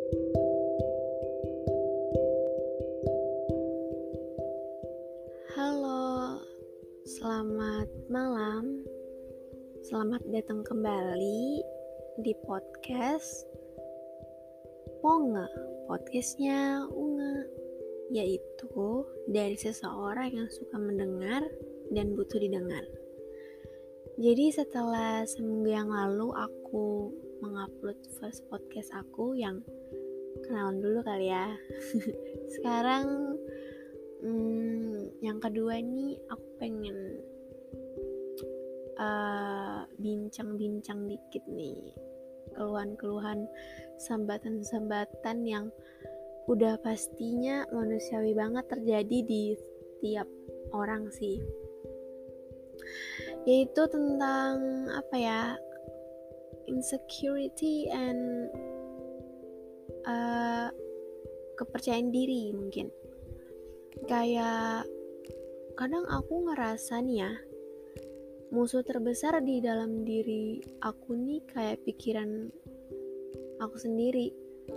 Halo, selamat malam. Selamat datang kembali di podcast Ponge, podcastnya Unge, yaitu dari seseorang yang suka mendengar dan butuh didengar. Jadi setelah seminggu yang lalu aku mengupload first podcast aku yang kenalan dulu kali ya. Sekarang yang kedua nih aku pengen bincang-bincang dikit nih, keluhan-keluhan, sambatan-sambatan yang udah pastinya manusiawi banget terjadi di tiap orang sih, yaitu tentang insecurity and kepercayaan diri. Mungkin kayak kadang aku ngerasa nih ya, musuh terbesar di dalam diri aku nih kayak pikiran aku sendiri.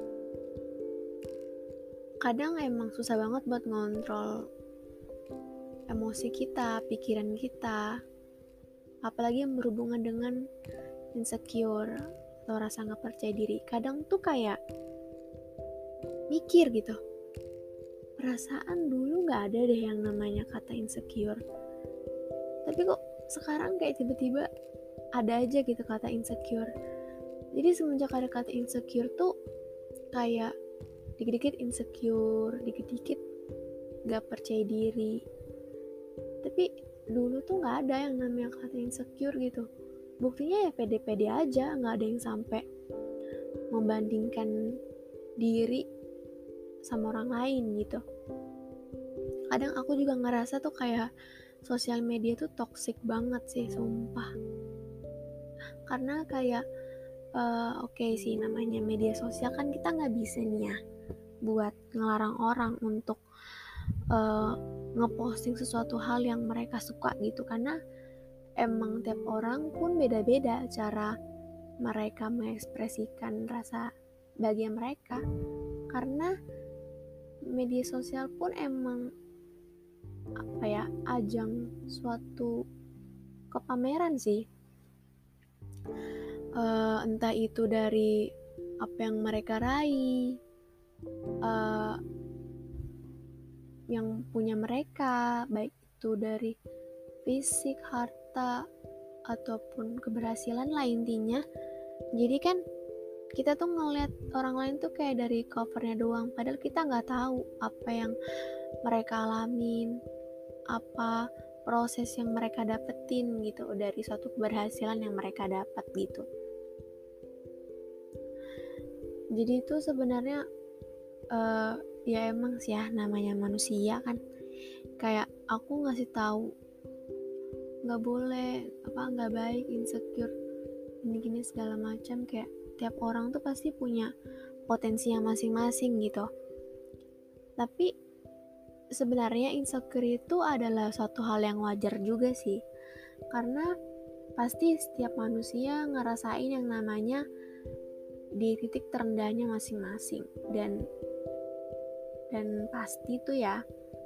Kadang emang susah banget buat ngontrol emosi kita, pikiran kita, apalagi yang berhubungan dengan insecure atau rasa gak percaya diri. Kadang tuh kayak mikir gitu, perasaan dulu gak ada deh yang namanya kata insecure, tapi kok sekarang kayak tiba-tiba ada aja gitu kata insecure. Jadi semenjak ada kata insecure tuh kayak dikit-dikit insecure, dikit-dikit gak percaya diri. Tapi dulu tuh gak ada yang namanya kata insecure gitu. Buktinya ya pede-pede aja, gak ada yang sampai membandingkan diri sama orang lain gitu. Kadang aku juga ngerasa tuh kayak sosial media tuh toxic banget sih, sumpah. Karena kayak oke sih, namanya media sosial kan kita gak bisa nih ya buat ngelarang orang untuk ngeposting sesuatu hal yang mereka suka gitu, karena emang tiap orang pun beda-beda cara mereka mengekspresikan rasa bahagia mereka. Karena media sosial pun emang ajang suatu kepameran sih, entah itu dari apa yang mereka raih, yang punya mereka, baik itu dari fisik, harta, ataupun keberhasilan lah intinya. Jadi kan kita tuh ngeliat orang lain tuh kayak dari covernya doang, padahal kita nggak tahu apa yang mereka alamin, apa proses yang mereka dapetin gitu dari suatu keberhasilan yang mereka dapat gitu. Jadi itu sebenarnya ya emang sih ya, namanya manusia kan, kayak aku ngasih tahu nggak boleh, nggak baik insecure gini-gini segala macam. Kayak tiap orang tuh pasti punya potensi yang masing-masing gitu. Tapi sebenarnya insecure itu adalah suatu hal yang wajar juga sih, karena pasti setiap manusia ngerasain yang namanya di titik terendahnya masing-masing. Dan pasti tuh ya,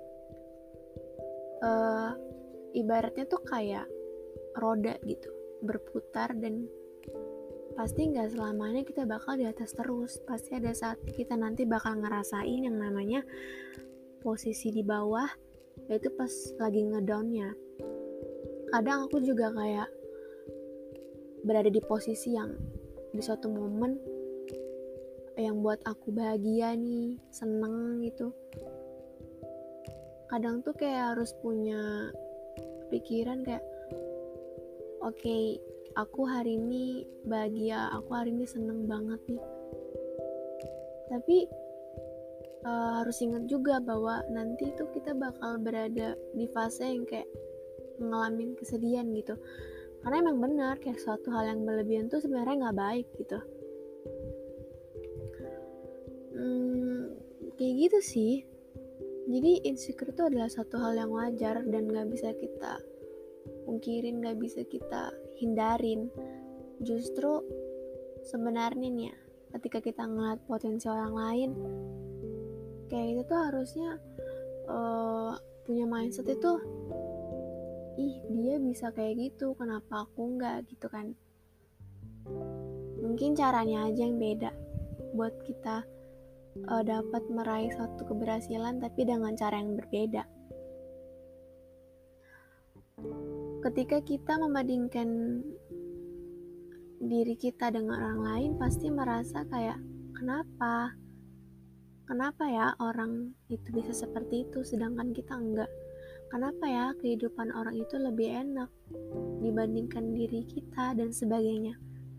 ibaratnya tuh kayak roda gitu, berputar, dan pasti gak selamanya kita bakal di atas terus. Pasti ada saat kita nanti bakal ngerasain yang namanya posisi di bawah, yaitu pas lagi ngedownnya. Kadang aku juga kayak berada di posisi yang di suatu momen yang buat aku bahagia nih, seneng gitu. Kadang tuh kayak harus punya pikiran kayak oke, aku hari ini bahagia, aku hari ini seneng banget nih. Tapi harus ingat juga bahwa nanti tuh kita bakal berada di fase yang kayak ngalamin kesedihan gitu. Karena emang benar kayak suatu hal yang berlebihan tuh sebenarnya nggak baik gitu. Kayak gitu sih. Jadi insecure itu adalah satu hal yang wajar dan gak bisa kita pungkirin, gak bisa kita hindarin. Justru sebenarnya nih ya, ketika kita ngeliat potensi orang lain, kayak itu tuh harusnya punya mindset itu, ih dia bisa kayak gitu, kenapa aku enggak gitu kan. Mungkin caranya aja yang beda buat kita dapat meraih suatu keberhasilan, tapi dengan cara yang berbeda. Ketika kita membandingkan diri kita dengan orang lain, pasti merasa kayak, kenapa ya orang itu bisa seperti itu sedangkan kita enggak, kenapa ya kehidupan orang itu lebih enak dibandingkan diri kita dan sebagainya.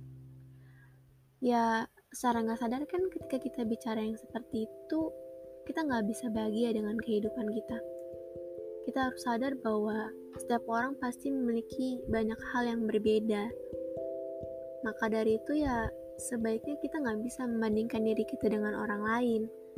Ya secara gak sadar kan ketika kita bicara yang seperti itu, kita gak bisa bahagia dengan kehidupan kita. Kita harus sadar bahwa setiap orang pasti memiliki banyak hal yang berbeda. Maka dari itu ya sebaiknya kita gak bisa membandingkan diri kita dengan orang lain.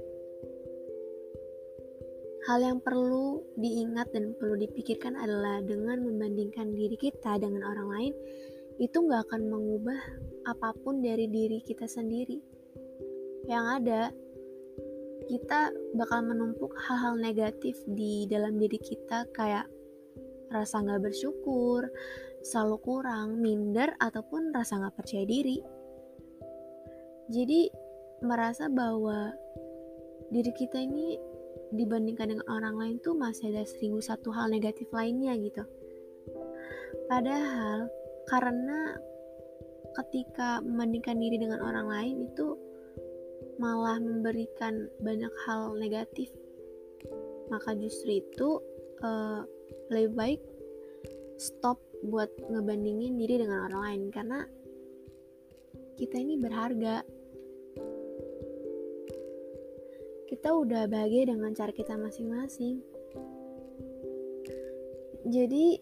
Hal yang perlu diingat dan perlu dipikirkan adalah dengan membandingkan diri kita dengan orang lain, itu gak akan mengubah apapun dari diri kita sendiri. Yang ada, kita bakal menumpuk hal-hal negatif di dalam diri kita, kayak rasa gak bersyukur, selalu kurang, minder, ataupun rasa gak percaya diri. Jadi merasa bahwa diri kita ini dibandingkan dengan orang lain tuh masih ada 1001 hal negatif lainnya gitu. Padahal karena ketika membandingkan diri dengan orang lain itu malah memberikan banyak hal negatif, maka justru itu lebih baik stop buat ngebandingin diri dengan orang lain, karena kita ini berharga. Kita udah bahagia dengan cara kita masing-masing. Jadi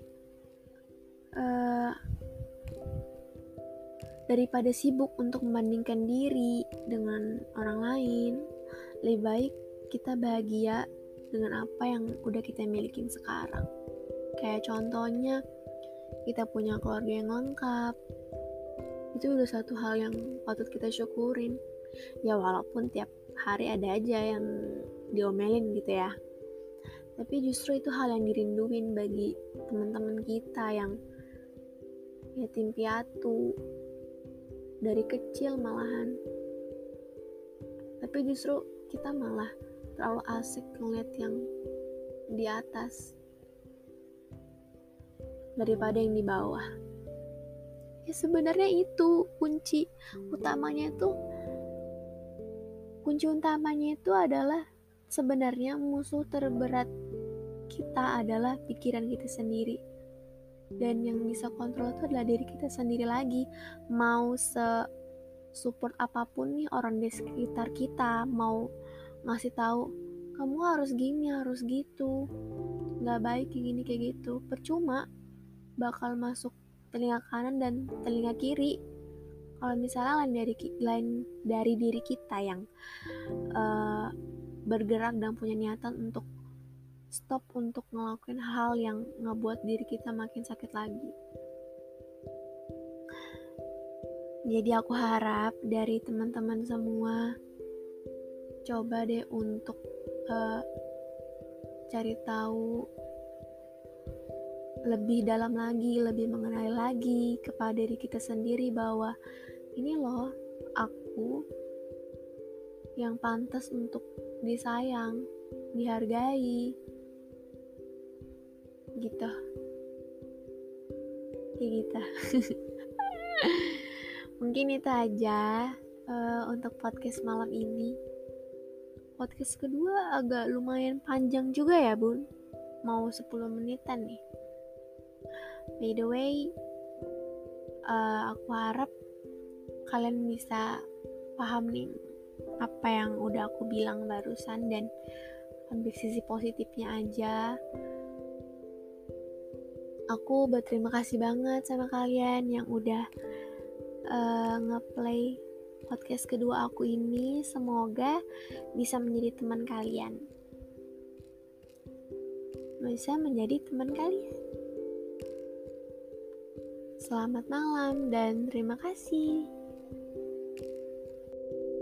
daripada sibuk untuk membandingkan diri dengan orang lain, lebih baik kita bahagia dengan apa yang udah kita milikin sekarang. Kayak contohnya kita punya keluarga yang lengkap, itu udah satu hal yang patut kita syukurin. Ya walaupun tiap hari ada aja yang diomelin gitu ya, tapi justru itu hal yang dirinduin bagi teman-teman kita yang yatim piatu dari kecil malahan. Tapi justru kita malah terlalu asik ngeliat yang di atas daripada yang di bawah. Ya sebenarnya itu kunci utamanya itu adalah sebenarnya musuh terberat kita adalah pikiran kita sendiri. Dan yang bisa kontrol itu adalah diri kita sendiri lagi. Mau support apapun nih orang di sekitar kita, mau ngasih tahu kamu harus gini, harus gitu, nggak baik kayak gini kayak gitu, percuma, bakal masuk telinga kanan dan telinga kiri. Kalau misalnya lain dari diri kita yang bergerak dan punya niatan untuk stop untuk ngelakuin hal yang ngebuat diri kita makin sakit lagi. Jadi aku harap dari teman-teman semua, coba deh untuk cari tahu lebih dalam lagi, lebih mengenali lagi kepada diri kita sendiri bahwa ini loh aku yang pantas untuk disayang, dihargai, gitu. Kayak gitu. Mungkin itu aja untuk podcast malam ini. Podcast kedua agak lumayan panjang juga ya bun, mau 10 menitan nih. By the way, aku harap kalian bisa paham nih apa yang udah aku bilang barusan dan ambil sisi positifnya aja. Aku berterima kasih banget sama kalian yang udah nge-play podcast kedua aku ini. Semoga bisa menjadi teman kalian, bisa menjadi teman kalian. Selamat malam dan terima kasih.